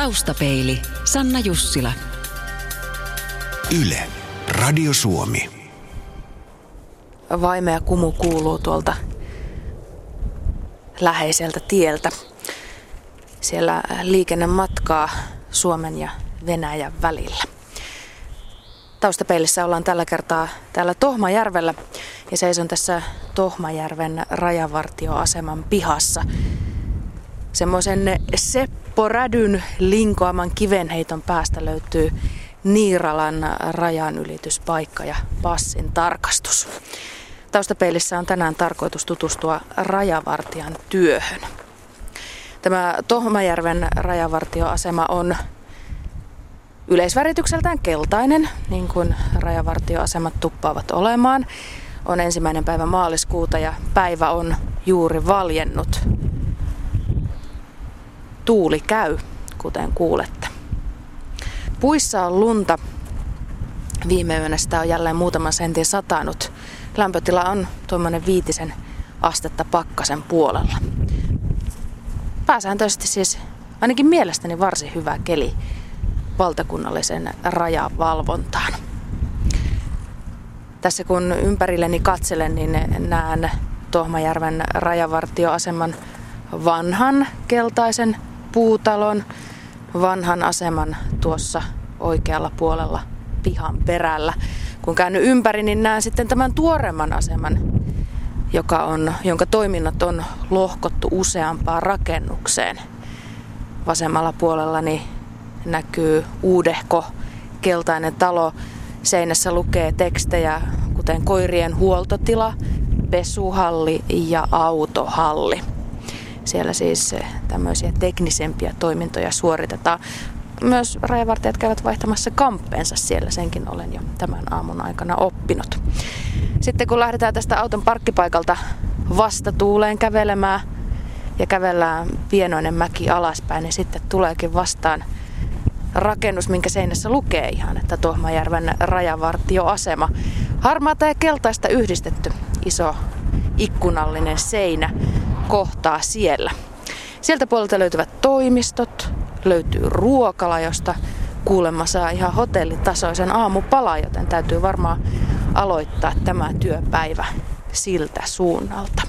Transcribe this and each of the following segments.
Taustapeili, Sanna Jussila. Yle, Radio Suomi. Vaimea kumu kuuluu tuolta läheiseltä tieltä. Siellä liikenne matkaa Suomen ja Venäjän välillä. Taustapeilissä ollaan tällä kertaa täällä Tohmajärvellä ja seison tässä Tohmajärven rajavartioaseman pihassa. Semmoisen Seppo Rädyn linkoaman kivenheiton päästä löytyy Niiralan rajanylityspaikka ja passin tarkastus. Taustapeilissä on tänään tarkoitus tutustua rajavartijan työhön. Tämä Tohmajärven rajavartioasema on yleisväritykseltään keltainen, niin kuin rajavartioasemat tuppaavat olemaan. On 1. päivä maaliskuuta ja päivä on juuri valjennut. Tuuli käy, kuten kuulette. Puissa on lunta. Viime yönä sitä on jälleen muutaman sentin satanut. Lämpötila on tuommoinen 5 astetta pakkasen puolella. Pääsääntöisesti siis ainakin mielestäni varsin hyvä keli valtakunnallisen rajavalvontaan. Tässä kun ympärilleni katselen, niin näen Tohmajärven rajavartioaseman vanhan keltaisen puutalon, vanhan aseman tuossa oikealla puolella pihan perällä. Kun käyn ympäri, niin näen sitten tämän tuoreemman aseman, jonka toiminnot on lohkottu useampaan rakennukseen. Vasemmalla puolellani näkyy uudehko keltainen talo. Seinässä lukee tekstejä, kuten koirien huoltotila, pesuhalli ja autohalli. Siellä siis tämmöisiä teknisempiä toimintoja suoritetaan. Myös rajavartijat käyvät vaihtamassa kamppeensa siellä, senkin olen jo tämän aamun aikana oppinut. Sitten kun lähdetään tästä auton parkkipaikalta vastatuuleen kävelemään ja kävellään pienoinen mäki alaspäin, niin sitten tuleekin vastaan rakennus, minkä seinässä lukee ihan, että Tohmajärven rajavartioasema. Harmaata ja keltaista yhdistetty iso ikkunallinen seinä kohtaa siellä. Sieltä puolelta löytyvät toimistot, löytyy ruokala, josta kuulemma saa ihan hotellitasoisen aamupala, joten täytyy varmaan aloittaa tämä työpäivä siltä suunnalta.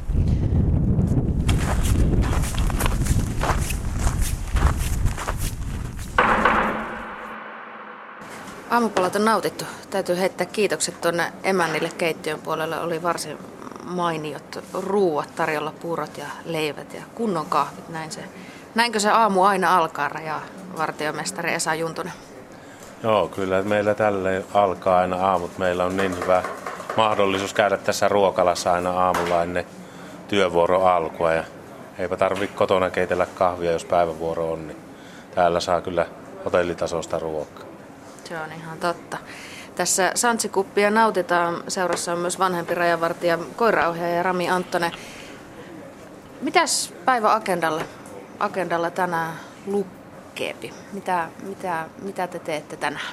Aamupalat on nautittu. Täytyy heittää kiitokset tuonne emännille keittiön puolelle. Oli varsin mainiot ruuat tarjolla, puurot ja leivät ja kunnon kahvit. Näinkö se aamu aina alkaa, rajavartiomestari Esa Juntunen? Joo, kyllä meillä tälle alkaa aina aamut. Meillä on niin hyvä mahdollisuus käydä tässä ruokalassa aina aamulla ennen työvuoron alkua. Ja eipä tarvitse kotona keitellä kahvia, jos päivävuoro on, niin täällä saa kyllä hotellitasosta ruokaa. Se on ihan totta. Tässä santsikuppia nautitaan. Seurassa on myös vanhempi rajavartija, koiraohjaaja Rami Anttonen. Mitäs päivän agendalla tänään lukkeepi? Mitä te teette tänään?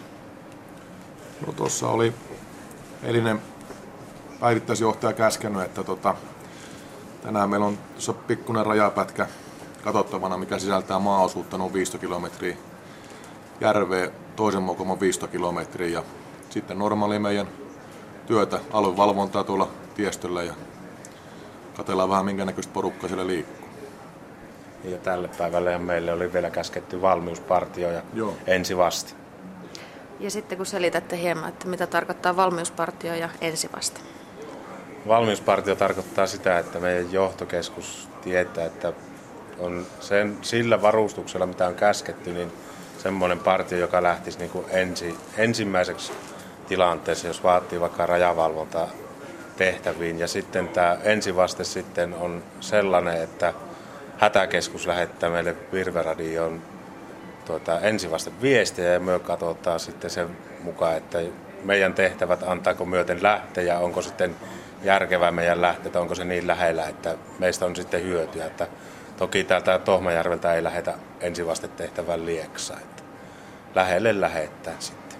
No tuossa oli eilinen päivittäisjohtaja käskenyt, että tänään meillä on tuossa pikkuinen rajapätkä katsottavana, mikä sisältää maaosuutta noin 15 kilometriä järveä, toisen mokomon 15 kilometriä ja sitten normaali meidän työtä, aluevalvontaa tuolla tiestöllä ja katsellaan vähän minkä näköistä porukkaa siellä liikkuu. Ja tälle päivälle meille oli vielä käsketty valmiuspartio ja ensivaste. Ja sitten kun selitätte hieman, että mitä tarkoittaa valmiuspartio ja ensivaste? Valmiuspartio tarkoittaa sitä, että meidän johtokeskus tietää, että on sillä varustuksella, mitä on käsketty, niin semmoinen partio, joka lähtisi niin kuin ensimmäiseksi tilanteessa, jos vaatii vaikka rajavalvontaa tehtäviin. Ja sitten tämä ensivaste sitten on sellainen, että hätäkeskus lähettää meille virveradioon ensivaste viestiä ja me katsotaan sitten sen mukaan, että meidän tehtävät antaako myöten lähteä ja onko sitten järkevää meidän lähteä, onko se niin lähellä, että meistä on sitten hyötyä. Että toki täältä Tohmajärveltä ei lähetä ensivastetehtävän Lieksaan, että lähelle lähettää sitten.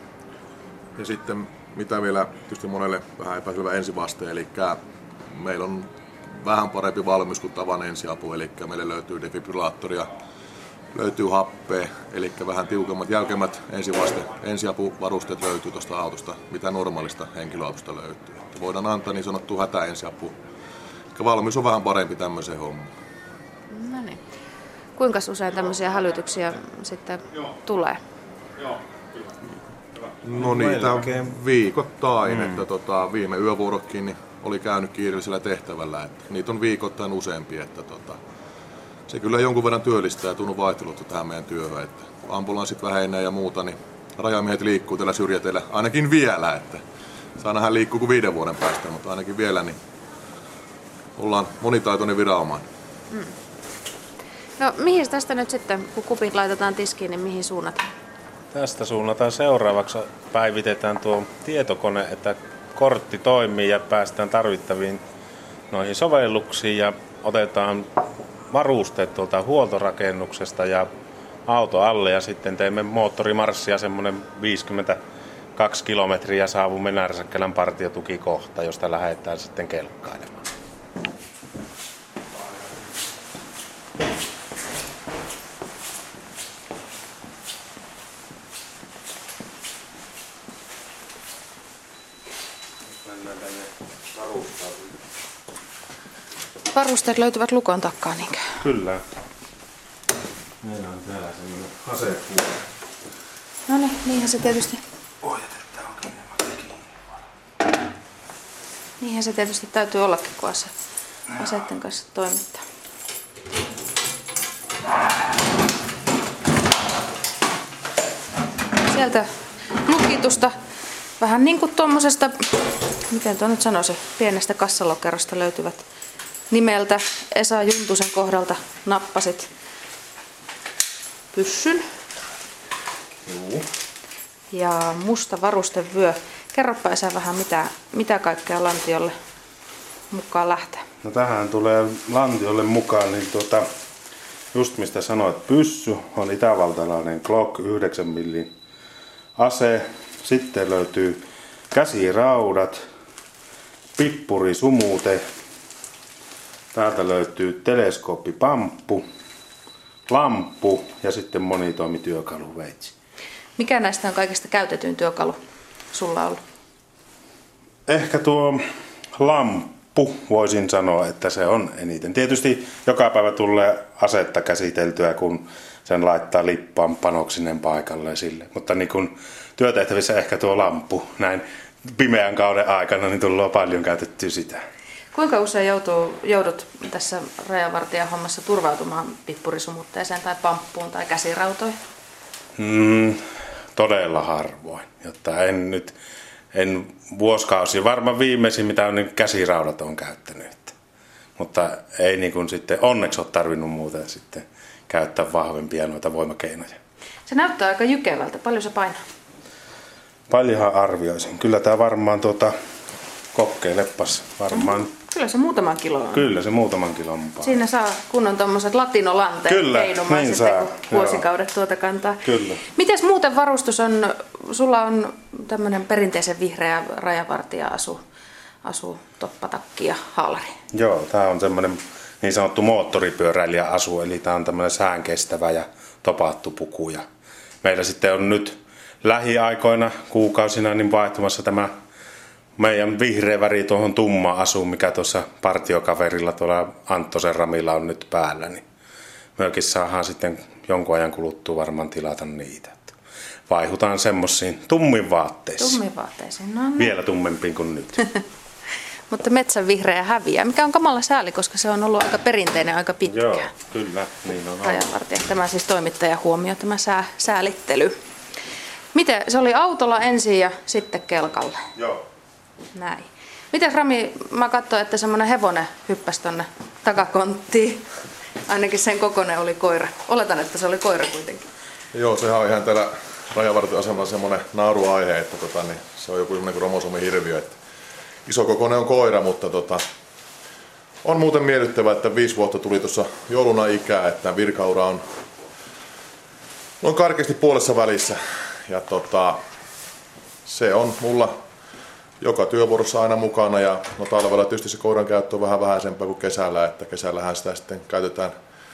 Ja sitten mitä vielä tietysti monelle vähän epäselvä ensivaste, eli meillä on vähän parempi valmius kuin tavan ensiapu, eli meille löytyy defibrillaattoria löytyy happea, eli vähän tiukemmat jälkemmät ensiapuvarusteet löytyy tuosta autosta, mitä normaalista henkilöautosta löytyy. Että voidaan antaa niin sanottu hätäensiapu. Valmius on vähän parempi tämmöiseen hommaan. No niin. Kuinka usein tämmöisiä hälytyksiä sitten tulee? No niitä viikoittain, että viime yövuorokin niin oli käynyt kiireellisellä tehtävällä. Että niitä on viikoittain useampia, että se kyllä jonkun verran työllistää ja tunnu vaihtelutta tähän meidän työhön. Että ambulanssit vähenee ja muuta, niin rajamiehet liikkuu tällä syrjäteillä ainakin vielä. Että saa nähdä liikkuu kuin 5 vuoden päästä, mutta ainakin vielä niin ollaan monitaitoinen viranomainen. No mihin tästä nyt sitten, kun kupit laitetaan tiskiin, niin mihin suunnataan? Tästä suunnataan seuraavaksi. Päivitetään tuo tietokone, että kortti toimii ja päästään tarvittaviin noihin sovelluksiin ja otetaan varusteet tuolta huoltorakennuksesta ja auto alle ja sitten teemme moottorimarssia semmoinen 52 kilometriä saavumme Närsäkkälän partiotukikohta, josta lähdetään sitten kelkkailemaan. Varusteet löytyvät lukon takaa, niinkö? Kyllä. Meillä on täällä semmoinen asepuoli. No niin, niinhän se tietysti... Niinhän se tietysti täytyy ollakin, kun aseiden kanssa toimittaa. Sieltä lukitusta, vähän niin kuin tuommoisesta, miten tuo nyt sanoisi, pienestä kassalokerosta löytyvät nimeltä Esa Juntusen kohdalta nappasit pyssyn. Joo. Ja musta varustevyö. Kerropa Esa vähän, mitä kaikkea lantiolle mukaan lähtee. No tähän tulee lantiolle mukaan, niin just mistä sanoit, pyssy on itävaltalainen Glock 9 mm ase. Sitten löytyy käsiraudat, pippuri sumute. Täältä löytyy teleskooppipamppu, lamppu ja sitten monitoimityökaluveitsi. Mikä näistä on kaikista käytetyin työkalu sulla ollut? Ehkä tuo lamppu voisin sanoa, että se on eniten. Tietysti joka päivä tulee asetta käsiteltyä, kun sen laittaa lippaan panoksinen paikalle sille. Mutta niin kun työtehtävissä ehkä tuo lamppu näin pimeän kauden aikana niin tulee paljon käytettyä sitä. Kuinka usein joudut tässä rajavartijahommassa turvautumaan pippurisumutteeseen tai pamppuun tai käsirautoihin? Todella harvoin, jotta en vuosikausia. Varmaan viimeisin, mitä on niin käsiraudat on käyttänyt. Mutta ei niin kuin sitten onneksi ole tarvinnut muuten sitten käyttää vahvempia noita voimakeinoja. Se näyttää aika jykevältä. Paljon se painaa? Paljonhan arvioisin. Kyllä tämä varmaan kokeilepas varmaan. Kyllä se muutaman kilo on. Kyllä se muutaman kilon mukaan. Siinä saa kunnon tommoset latinolanteet heinumaan niin sitten, saa. kun vuosikaudet tuota kantaa. Kyllä. Mites muuten varustus on? Sulla on tämmöinen perinteisen vihreä rajavartija-asu, toppatakki ja haalari. Joo, tämä on semmoinen niin sanottu moottoripyöräilijä-asu, eli tämä on tämmöinen säänkestävä ja topattu puku. Ja meillä sitten on nyt lähiaikoina, kuukausina, niin vaihtumassa tämä meidän vihreä väri tuohon tummaan asuun, mikä tuossa partiokaverilla tuolla Anttosen Ramilla on nyt päällä. Niin myöskin saadaan sitten jonkun ajan kuluttua varmaan tilata niitä. Vaihutaan semmoisiin tummin vaatteisiin. Tummin vaatteisiin, no niin. Vielä tummempiin kuin nyt. Mutta metsän vihreä häviää, mikä on kamala sääli, koska se on ollut aika perinteinen aika pitkään. Joo, kyllä, niin on. Rajavartija. Tämä siis toimittaja huomio, tämä säälittely. Miten? Se oli autolla ensin ja sitten kelkalle? Joo. Näin. Miten Rami, mä katsoin, että semmoinen hevonen hyppäsi tonne takakonttiin. Ainakin sen kokoinen oli koira. Oletan, että se oli koira kuitenkin. Joo, sehän on ihan täällä rajavartioasemalla semmoinen nauruaihe, että niin se on joku semmoinen kromosomihirviö. Että iso kokoinen on koira, mutta on muuten miellyttävää, että 5 vuotta tuli tuossa jouluna ikää, että virkaura on noin karkeasti puolessa välissä. Ja se on mulla joka työvuorossa aina mukana ja talvella tietysti se koiran käyttö on vähän vähäisempää kuin kesällä, että kesällähän sitä sitten käytetään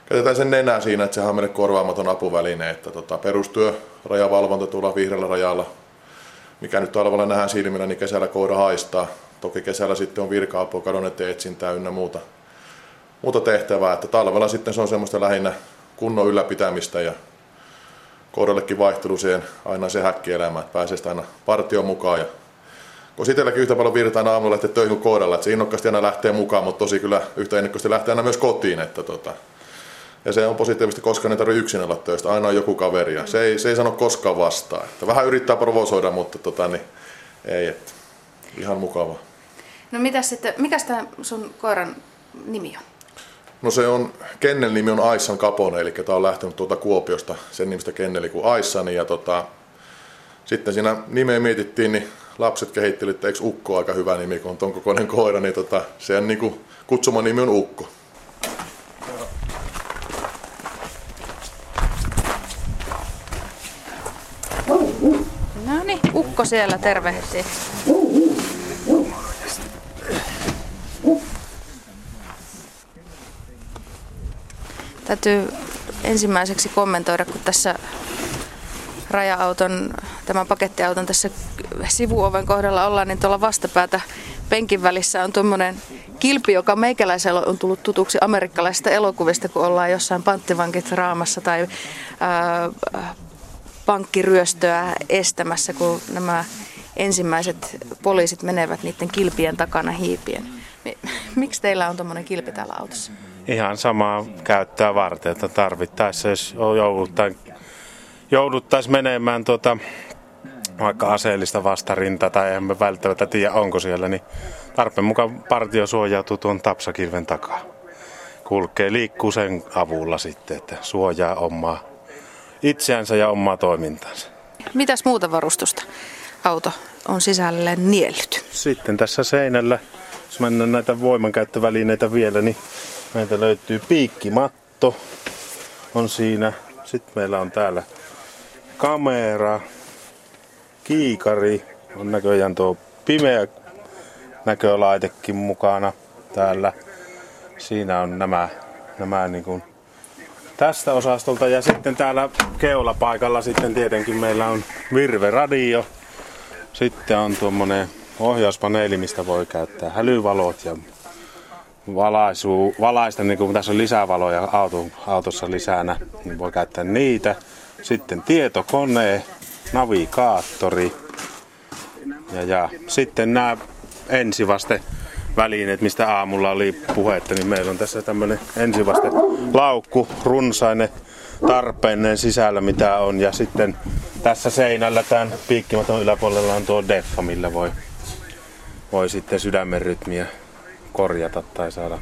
käytetään sen nenää siinä, että sehän on meille korvaamaton apuväline. Että perustyö, rajavalvonta tuolla vihreällä rajalla, mikä nyt talvella nähdään silmillä, niin kesällä koira haistaa. Toki kesällä sitten on virka-apua, kadonneiden etsintää ynnä muuta tehtävää. Että talvella sitten se on semmoista lähinnä kunnon ylläpitämistä ja koirallekin vaihtelu siihen aina se häkkielämä, että pääsee sitä aina partioon mukaan. Ja kun itselläkin yhtä paljon virtaa aina aamulla lähtee töihin kuin koiralla, että se innokkaasti aina lähtee mukaan, mutta tosi kyllä yhtä innokkaasti lähtee aina myös kotiin. Ja se on positiivisesti, koska ne tarvitse yksin olla töistä, aina on joku kaveri ja se ei sano koskaan vastaan. Että vähän yrittää provosoida, mutta ei, että ihan mukavaa. No mitäs sitten, mikäs tämä sun koiran nimi on? No se on, kennel-nimi on Aissan Capone, eli tämä on lähtenyt tuolta Kuopiosta sen nimistä kenneli kuin Aissani. Ja sitten siinä nimeä mietittiin, niin lapset kehittelivät, että eikö Ukko ole aika hyvä nimi, kun on ton kokoinen koira, niin sen niin kuin kutsuma nimi on Ukko. No niin, Ukko siellä tervehtii. Täytyy ensimmäiseksi kommentoida, kun tässä raja-auton, tämän pakettiauton tässä sivuoven kohdalla ollaan, niin tuolla vastapäätä penkin välissä on tuommoinen kilpi, joka meikäläisellä on tullut tutuksi amerikkalaisista elokuvista, kun ollaan jossain panttivankit raamassa tai pankkiryöstöä estämässä, kun nämä ensimmäiset poliisit menevät niiden kilpien takana hiipien. Miksi teillä on tuommoinen kilpi täällä autossa? Ihan samaa käyttöä varten, että tarvittaessa, jos jouduttaisiin menemään vaikka aseellista vastarintaa tai emme välttämättä tiedä onko siellä, niin tarpeen mukaan partio suojautuu tuon tapsakilven takaa. Liikkuu sen avulla sitten, että suojaa omaa itseänsä ja omaa toimintaansa. Mitäs muuta varustusta auto on sisälle niellyt? Sitten tässä seinällä, jos mennään näitä voimankäyttövälineitä vielä, niin meiltä löytyy piikkimatto, on siinä. Sitten meillä on täällä kamera, kiikari, on näköjään tuo pimeä näkölaitekin mukana täällä. Siinä on nämä niin kuin tästä osastolta ja sitten täällä keulapaikalla sitten tietenkin meillä on virveradio. Sitten on tuommoinen ohjauspaneeli, mistä voi käyttää hälyvalot ja valaista, niin kun tässä on lisävaloja autossa lisänä, niin voi käyttää niitä. Sitten tietokone, navigaattori ja sitten nämä ensivastevälineet, mistä aamulla oli puhetta, niin meillä on tässä tämmöinen ensivastelaukku, runsainen tarpeinen sisällä mitä on ja sitten tässä seinällä tämän piikkimaton yläpuolella on tuo deffa, millä voi sitten sydämen rytmiä korjata tai saada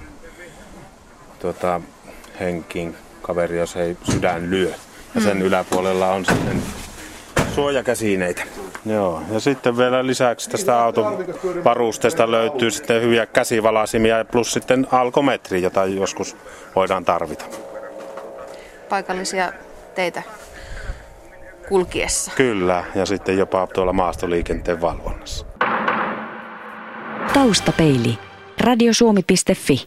henkiin kaveri, jos ei sydän lyö. Ja sen yläpuolella on sitten suojakäsineitä. Joo. Ja sitten vielä lisäksi tästä auton varusteesta löytyy sitten hyviä käsivalasimia plus sitten alkometri, jota joskus voidaan tarvita. Paikallisia teitä kulkiessa. Kyllä, ja sitten jopa tuolla maastoliikenteen valvonnassa. Taustapeili. Radiosuomi.fi.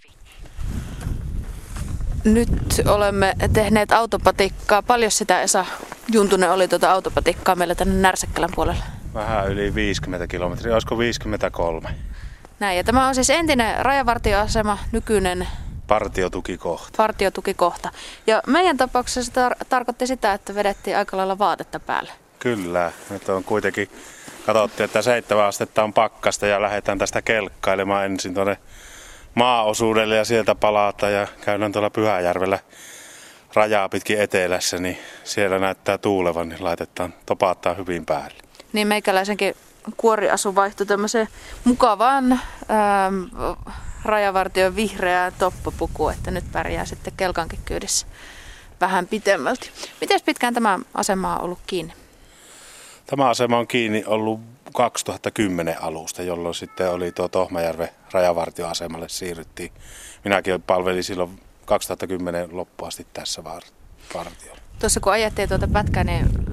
Nyt olemme tehneet autopatikkaa. Paljon sitä Esa Juntunen oli autopatikkaa meillä tänne Närsäkkälän puolella? Vähän yli 50 kilometriä, olisiko 53? Näin, ja tämä on siis entinen rajavartioasema, nykyinen partiotukikohta. Ja meidän tapauksessa se tarkoitti sitä, että vedettiin aika lailla vaatetta päälle. Kyllä, nyt on kuitenkin katsottiin, että 7 astetta on pakkasta ja lähdetään tästä kelkkailemaan ensin tuonne maaosuudelle ja sieltä palata ja käydään tuolla Pyhäjärvellä rajaa pitkin etelässä, niin siellä näyttää tuulevan, niin topaattaa hyvin päälle. Niin meikäläisenkin kuoriasu vaihtui tämmöiseen mukavaan rajavartion vihreään toppapukuun, että nyt pärjää sitten kelkankin kyydissä vähän pitemmälti. Miten pitkään tämä asema on ollut kiinni? Tämä asema on kiinni ollut 2010 alusta, jolloin sitten oli tuo Tohmajärven rajavartioasemalle siirryttiin. Minäkin palvelin silloin 2010 loppuun asti tässä vartiolla. Tuossa kun ajettiin tuota pätkää, niin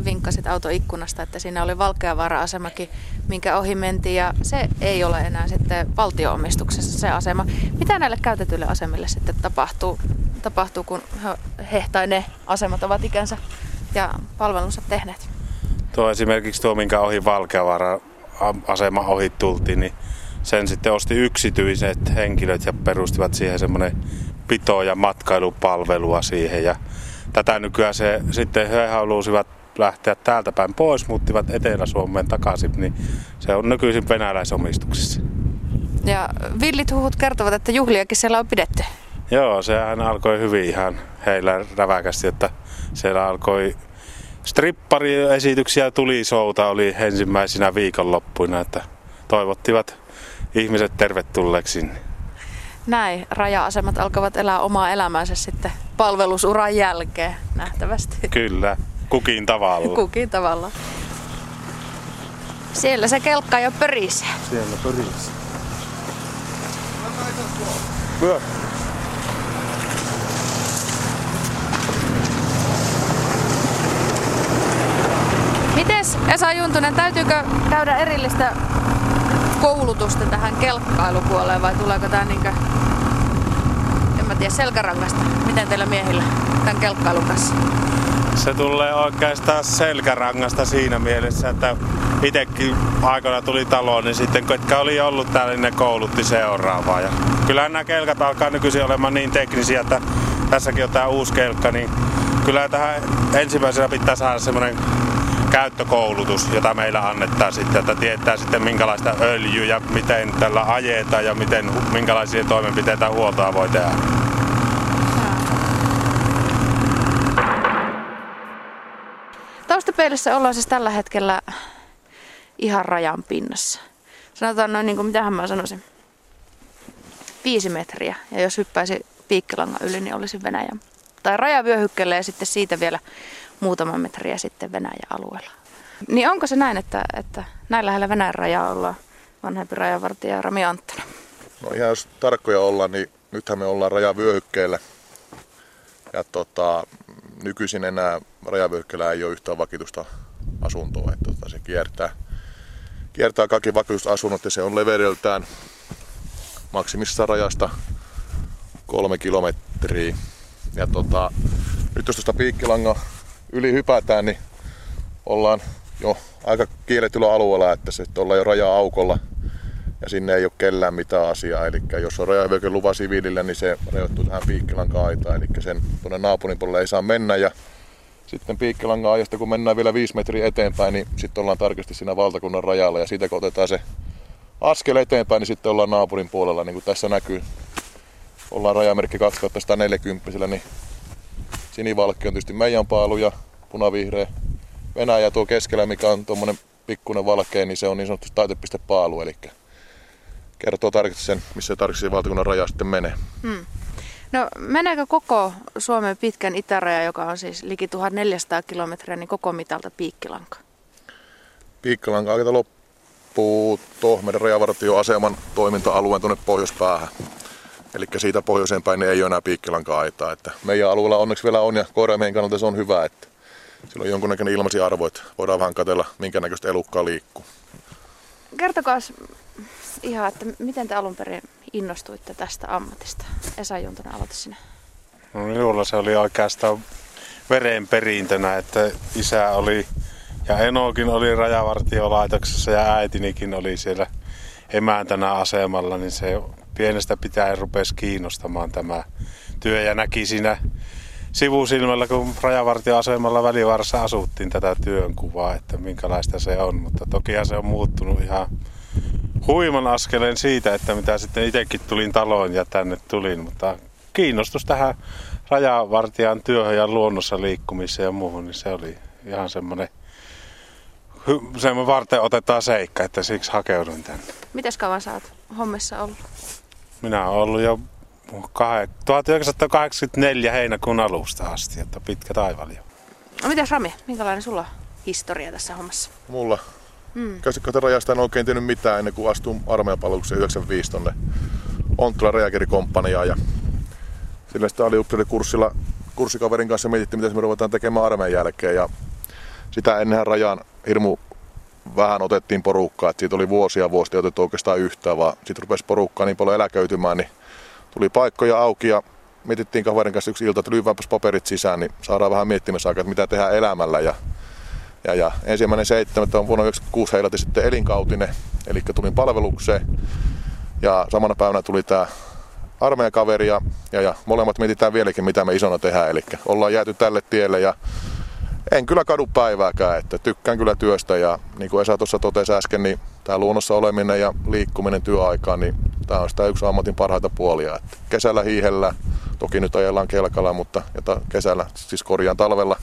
vinkkasit autoikkunasta, että siinä oli Valkeavaara-asemakin, minkä ohi mentiin, ja se ei ole enää sitten valtio-omistuksessa se asema. Mitä näille käytetyille asemille sitten tapahtuu kun ne asemat ovat ikänsä ja palvelunsa tehneet? Esimerkiksi minkä ohi Valkeavaara-asema ohi tultiin, niin sen sitten osti yksityiset henkilöt ja perustivat siihen semmoinen pito- ja matkailupalvelua siihen. Ja tätä nykyään sitten he halusivat lähteä täältä päin pois, muuttivat Etelä-Suomeen takaisin, niin se on nykyisin venäläisomistuksessa. Ja villit huhut kertovat, että juhliakin siellä on pidetty. Joo, sehän alkoi hyvin ihan heillä räväkästi, että siellä alkoi strippariesityksiä, tulisouta oli ensimmäisinä viikonloppuina, että toivottivat ihmiset tervetulleeksi sinne. Näin, raja-asemat alkavat elää omaa elämäänsä sitten palvelusuran jälkeen nähtävästi. Kyllä, kukin tavalla. Kukin tavalla. Siellä se kelkka jo pörisee. Siellä pörisee. Mites Esa Juntunen, täytyykö käydä erillistä koulutusta tähän kelkkailupuoleen vai tuleeko tää niinkö, en mä tiedä, selkärangasta? Miten teillä miehillä tämän kelkkailun kanssa? Se tulee oikeastaan selkärangasta siinä mielessä, että itsekin aikana tuli taloon, niin sitten ketkä oli ollut täällä, niin ne koulutti seuraavaa. Ja kyllähän nämä kelkat alkaa nykyisin olemaan niin teknisiä, että tässäkin on tää uusi kelkka, niin kyllä tähän ensimmäisenä pitää saada semmoinen käyttökoulutus, jota meillä annetaan sitten, että tietää sitten minkälaista öljyä ja miten tällä ajetaan ja minkälaisia toimenpiteitä huoltoa voi tehdä. Taustapeilissä ollaan siis tällä hetkellä ihan rajan pinnassa. Sanotaan noin, niin kuin mitähän mä sanoisin, 5 metriä. Ja jos hyppäisi piikkilangan yli, niin olisi Venäjän. Tai rajavyöhykkeelle ja sitten siitä vielä muutama metriä sitten Venäjän alueella. Niin onko se näin, että näin lähellä Venäjän rajaa ollaan vanhempi rajavartija Rami Anttinen? No ihan jos tarkkoja ollaan, niin nythän me ollaan rajavyöhykkeellä. Ja nykyisin enää rajavyöhykkeellä ei ole yhtään vakituista asuntoa. Että se kiertää kaikki vakituiset asunnot ja se on leveydeltään maksimissaan rajasta 3 kilometriä. Ja nyt jos tuosta piikkilangan yli hypätään, niin ollaan jo aika kielletyllä alueella, että se ollaan jo raja-aukolla ja sinne ei ole kellään mitään asiaa. Eli jos on rajavyöhykelupa siviilillä, niin se rajoittuu tähän piikkilangan aitaan, eli sen tuonne naapurin puolelle ei saa mennä. Ja sitten piikkilangan ajasta, kun mennään vielä 5 metriä eteenpäin, niin sitten ollaan tarkasti siinä valtakunnan rajalla ja siitä kun otetaan se askel eteenpäin, niin sitten ollaan naapurin puolella, niin kuin tässä näkyy. Ollaan rajamerkki 2140, niin sinivalkki on tietysti meidän paalu ja punavihreä Venäjä tuo keskellä, mikä on tuommoinen pikkuinen valkea, niin se on niin sanotusti taitepistepaalu, eli kertoo tarkasti sen, missä tarkasti valtakunnan raja sitten menee. No meneekö koko Suomen pitkän itäraja, joka on siis liki 1400 kilometriä, niin koko mitalta piikkilanka? Piikkilanka alkaa loppuu meidän rajavartioaseman toiminta-alueen tuonne pohjoispäähän. Eli siitä pohjoiseen päin ei ole enää piikkilanka-aitaa. Että meidän alueella onneksi vielä on ja koiramiehen kannalta se on hyvä, että sillä on jonkunnäköinen ilmaisia arvo, että voidaan vähän katsella minkä näköistä elukkaa liikkuu. Kertokaa ihan, että miten te alun perin innostuitte tästä ammatista? Esa Juntunen, aloita sinä. No, minulla se oli oikeastaan verenperintönä, että isä oli ja enokin oli rajavartiolaitoksessa ja äitinikin oli siellä emäntänä asemalla, niin se pienestä pitäen rupesi kiinnostamaan tämä työ ja näki siinä sivusilmällä, kun rajavartioasemalla Välivaarassa asuttiin tätä työnkuvaa, että minkälaista se on, mutta tokihan se on muuttunut ihan huiman askeleen siitä, että mitä sitten itsekin tulin taloon ja tänne tulin, mutta kiinnostus tähän rajavartijan työhön ja luonnossa liikkumiseen ja muuhun, niin se oli ihan semmoinen varten otetaan seikka, että siksi hakeudun tänne. Mites kauan sä oot hommissa ollut? Minä olen ollut jo 1984 heinäkuun alusta asti, että pitkä taival jo. No mitäs Rami, minkälainen sulla on historia tässä hommassa? Mulla? Käsikköterajasta en oikein tiennyt mitään ennen kuin astuin armeijapalvelukseen 95 tonne Onttolan rajakirikomppaniaan. Ja sillä sitä oli kurssikaverin kanssa mietittiin, mitä me ruvetaan tekemään armeijan jälkeen. Ja sitä ennenhän Rajan hirmu vähän otettiin porukkaa, että siitä oli vuosia otettu oikeastaan yhtään, vaan sitten rupesi porukkaa niin paljon eläköitymään, niin tuli paikkoja auki ja mietittiin kaverin kanssa yksi ilta, että lyhyväänpäs paperit sisään, niin saadaan vähän miettimässä aikaa, että mitä tehdään elämällä. Ja 1.7. on vuonna 1996 heilati sitten elinkautinen, eli tulin palvelukseen ja samana päivänä tuli tämä armeijan kaveri ja molemmat mietitään vieläkin, mitä me isona tehdään, eli ollaan jääty tälle tielle ja en kyllä kadu päivääkään, että tykkään kyllä työstä ja niin kuin Esa tuossa totesi äsken, niin tämä luonnossa oleminen ja liikkuminen työaikaan, niin tämä on sitä yksi ammatin parhaita puolia. Että kesällä hiihellä, toki nyt ajellaan kelkalla, mutta kesällä, siis korjaan talvella.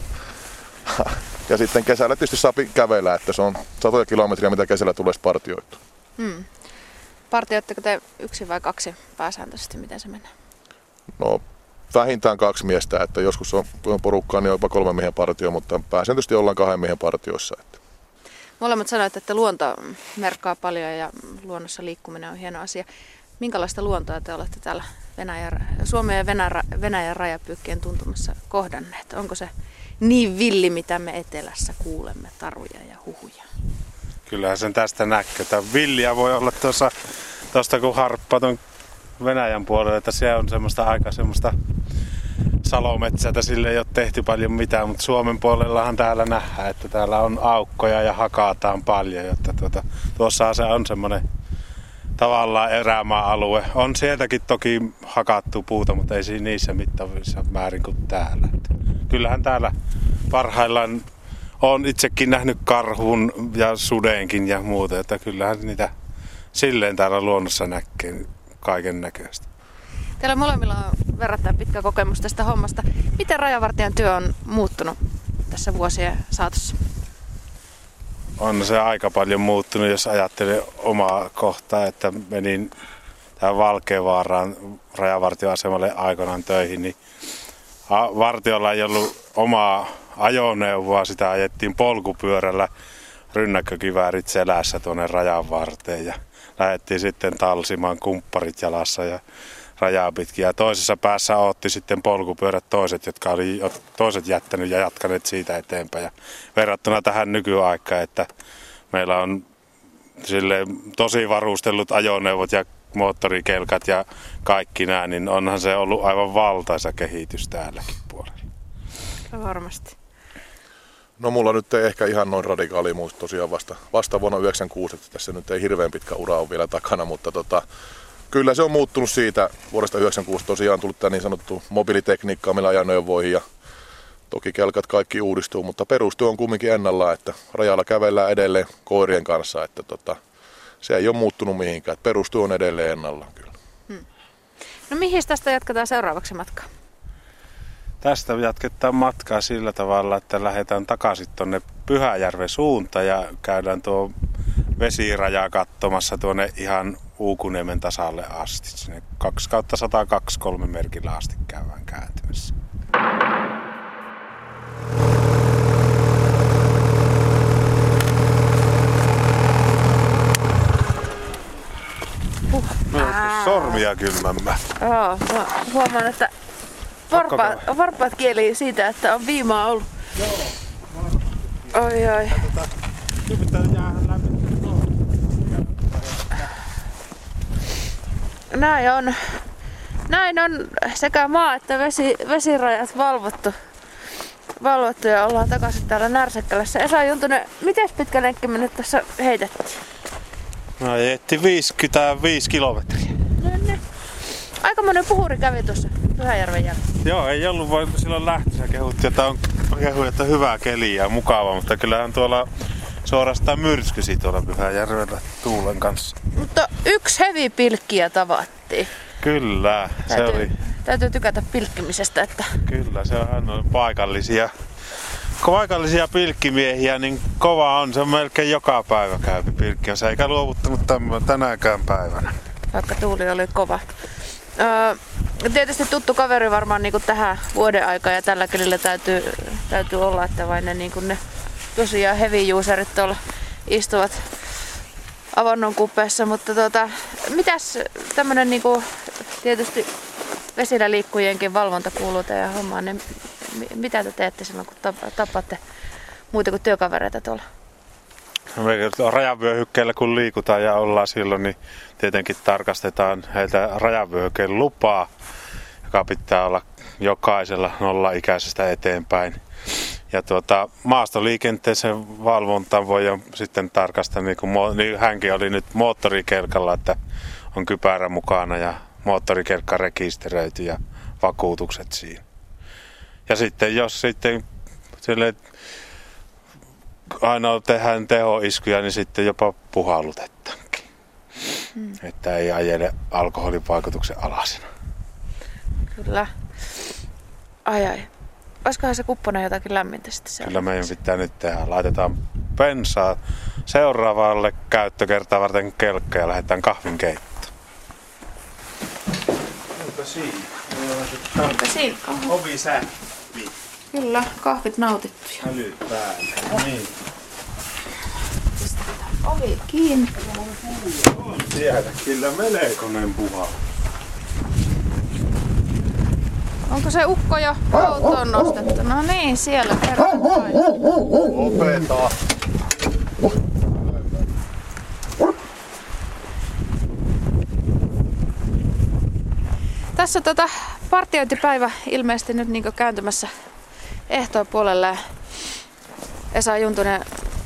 Ja sitten kesällä tietysti saa kävellä, että se on 100 kilometriä, mitä kesällä tulee partioitu. Partioitteko te yksin vai kaksi pääsääntöisesti, miten se menee? No vähintään 2 miestä, että joskus on porukkaa, niin jopa 3 miehen partio, mutta pääsääntöisesti ollaan 2 miehen partioissa. Molemmat sanoivat, että luonto merkkaa paljon ja luonnossa liikkuminen on hieno asia. Minkälaista luontoa te olette täällä Suomen ja Venäjän rajapyykkien tuntumassa kohdanneet? Onko se niin villi, mitä me etelässä kuulemme, taruja ja huhuja? Kyllähän sen tästä näkee. Tämä villiä voi olla tuosta kun harppaa tuon Venäjän puolella, että siellä on aika semmoista salometsää, että sille ei ole tehty paljon mitään, mutta Suomen puolellahan täällä nähdään, että täällä on aukkoja ja hakataan paljon, jotta tuossa se on semmoinen tavallaan erämaa-alue. On sieltäkin toki hakattu puuta, mutta ei niissä mittavissa määrin kuin täällä. Kyllähän täällä parhaillaan olen itsekin nähnyt karhun ja sudenkin ja muuta, että kyllähän niitä silleen täällä luonnossa näkee kaiken näköistä. Teillä molemmilla on verrattain pitkä kokemus tästä hommasta. Miten rajavartijan työ on muuttunut tässä vuosien saatossa? On se aika paljon muuttunut, jos ajattelee omaa kohtaa, että menin tähän Valkeavaaraan rajavartioasemalle aikoinaan töihin, niin vartiolla ei ollut omaa ajoneuvoa, sitä ajettiin polkupyörällä rynnäkkökiväärit selässä tuonne rajan varteen ja lähdettiin sitten talsimaan kumpparit jalassa ja rajaa pitkin. Ja toisessa päässä otti sitten polkupyörät toiset, jotka oli toiset jättänyt ja jatkaneet siitä eteenpäin. Ja verrattuna tähän nykyaikaan, että meillä on tosi varustellut ajoneuvot ja moottorikelkat ja kaikki nämä, niin onhan se ollut aivan valtaisa kehitys täälläkin puolella. Varmasti. No mulla nyt ei ehkä ihan noin radikaali muista tosiaan vasta vuonna 1996, että tässä nyt ei hirveän pitkä ura ole vielä takana, mutta kyllä se on muuttunut siitä vuodesta 1996. Tosiaan on tullut tämä niin sanottu mobiilitekniikka omilla ajoneuvoihin ja toki kelkat kaikki uudistuu, mutta perustyö on kumminkin ennallaan, että rajalla kävellään edelleen koirien kanssa, että se ei ole muuttunut mihinkään, että perustyö on edelleen ennallaan kyllä. No mihin tästä jatketaan seuraavaksi matkaa? Tästä jatketaan matkaa sillä tavalla, että lähdetään takaisin tuonne Pyhäjärven suuntaan ja käydään tuo vesiraja katsomassa tuonne ihan Uukuniemen tasalle asti. Sinne 2/123 merkillä asti käydään kääntymässä. Sormia kylmämmä. Joo, mä huomaan, että varpaat kieli siitä, että on viimaa ollut. Joo. Oi. Nyt pitää jäädä läpi. Näin on sekä maa- että vesirajat valvottu ja ollaan takaisin täällä Närsäkkälässä. Esa Juntunen, miten pitkä lenkki me nyt tässä heitettiin? No ajettiin 55 kilometriä. No. Aikamoinen puhuri kävi tuossa Pyhäjärven jälkeen. Joo, ei ollut vain silloin lähtössä kehuttiin, että hyvää keliä ja mukavaa, mutta kyllähän tuolla suorastaan myrskysi tuolla Pyhäjärvellä tuulen kanssa. Mutta yksi hevipilkkiä tavattiin. Kyllä, se oli. Täytyy tykätä pilkkimisestä, että... Kyllä, se on paikallisia pilkkimiehiä, niin kova on. Se on melkein joka päivä käypi pilkkiä, eikä luovuttanut tänäänkään päivänä. Vaikka tuuli oli kova. Tietysti tuttu kaveri varmaan niin kuin tähän vuoden aikaan ja tällä kelillä täytyy olla, että vain ne tosiaan heavy userit tuolla istuvat avannon kupeessa, mutta mitäs tämmönen niinku tietysti vesillä liikkujienkin valvonta kuuluu teidän hommaan, niin mitä te teette silloin kun tapaatte muita kuin työkavereita tuolla? Me rajavyöhykkeellä kun liikutaan ja ollaan silloin, niin tietenkin tarkastetaan heiltä rajavyöhykkeen lupaa, joka pitää olla jokaisella 0-ikäisestä eteenpäin. Ja maastoliikenteeseen valvontaan voi jo sitten tarkastaa, niin hänkin oli nyt moottorikelkalla, että on kypärä mukana ja moottorikelkka rekisteröity ja vakuutukset siinä. Ja sitten jos sitten aina tehdään tehoiskuja, niin sitten jopa puhallutetaankin. Että ei ajele alkoholin vaikutuksen alasena. Kyllä. Ai. Olisikohan se kupponen jotakin lämmintä sitten siellä? Kyllä meidän pitää nyt tehdä. Laitetaan bensaa seuraavalle käyttökertaa varten kelkka ja lähdetään kahvinkeittoon. Onko siinä? Onko siinä? Ovi sähvi. Kyllä, kahvit nautittuja. Älyt päälle. Niin. Pistetään ovi kiinni. Siellä kyllä melkoinen puha. Onko se ukko jo autoon nostettu? No niin, siellä perään. Lopetaan. Tässä partiointipäivä ilmeisesti nyt niin kääntymässä ehtoopuolelle. Esa Juntunen,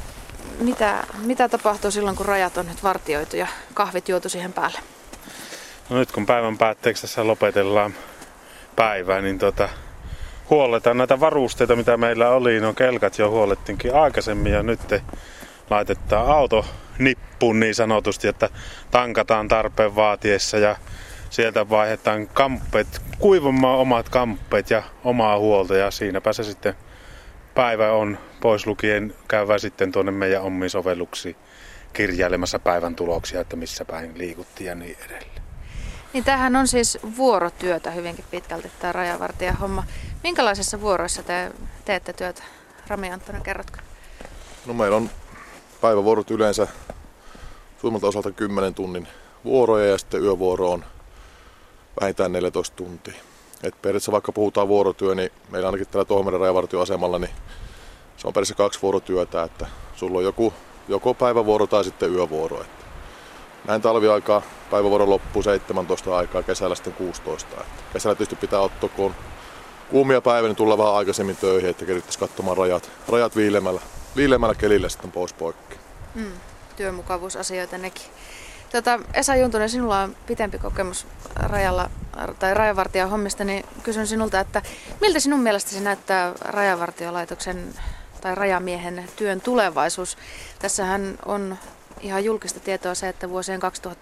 mitä tapahtuu silloin, kun rajat on nyt vartioitu ja kahvit juotu siihen päälle? No nyt kun päivän päätteeksi tässä lopetellaan päivää, niin huolletaan näitä varusteita, mitä meillä oli. No kelkat jo huolettiinkin aikaisemmin ja nyt laitetaan auto nippuun niin sanotusti, että tankataan tarpeen vaatiessa ja sieltä vaihdetaan kamppeet, kuivamaan omat kamppeet ja omaa huolta ja siinäpä se sitten päivä on pois lukien käyvää sitten tuonne meidän omiin sovelluksiin kirjailemassa päivän tuloksia, että missä päin liikuttiin ja niin edelleen. Niin tämähän on siis vuorotyötä hyvinkin pitkälti tämä rajavartijan homma. Minkälaisissa vuoroissa te teette työtä? Rami Anttonen, kerrotko? No meillä on päivävuorot yleensä suurimmalta osalta 10 tunnin vuoroja ja sitten yövuoro on vähintään 14 tuntia. Et periaatteessa vaikka puhutaan vuorotyö, niin meillä ainakin täällä Tohmajärven rajavartioasemalla, niin se on periaatteessa 2 vuorotyötä, että sulla on joko päivävuoro tai sitten yövuoro. Että näin talviaikaa päivävuoro loppuu 17 aikaa, kesällä sitten 16. Että kesällä tietysti pitää ottaa, kun on kuumia päivä, niin tulla vähän aikaisemmin töihin, että kerittäisiin katsomaan rajat viileämällä kelillä sitten pois poikki. Työmukavuusasioita nekin. Esa Juntunen, sinulla on pitempi kokemus rajalla tai rajavartijan hommista, niin kysyn sinulta, että miltä sinun mielestäsi näyttää rajavartiolaitoksen tai rajamiehen työn tulevaisuus? Tässähän on ihan julkista tietoa se, että vuosien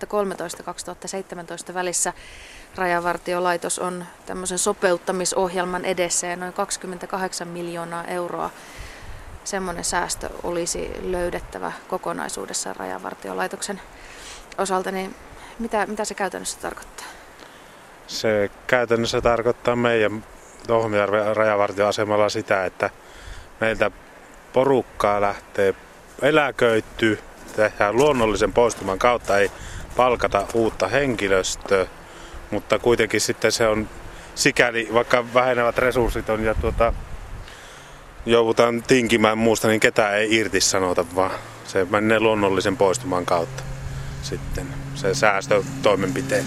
2013-2017 välissä rajavartiolaitos on tämmöisen sopeuttamisohjelman edessä ja noin 28 miljoonaa euroa. Semmoinen säästö olisi löydettävä kokonaisuudessaan rajavartiolaitoksen osalta, niin mitä se käytännössä tarkoittaa? Se käytännössä tarkoittaa meidän Tohmajärven rajavartioasemalla sitä, että meiltä porukkaa lähtee eläköittyy, tehdään luonnollisen poistuman kautta, ei palkata uutta henkilöstöä, mutta kuitenkin sitten se on sikäli, vaikka vähenevät resurssit on ja joudutaan tinkimään muusta, niin ketään ei irtisanota, vaan se menee luonnollisen poistuman kautta sitten se säästötoimenpiteet.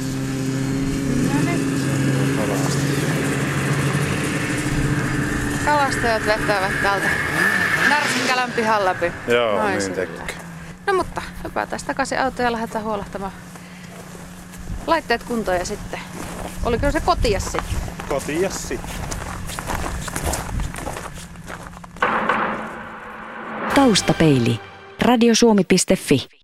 Kalastajat vetävät täältä Närsinkälän pihan läpi. Joo, niin tekee. No mutta hypätään takaisin autoon ja lähdetään huolehtamaan laitteet kuntoon ja sitten. Oliko se kotias sitten? Kotias sitten. Taustapeili. Radiosuomi.fi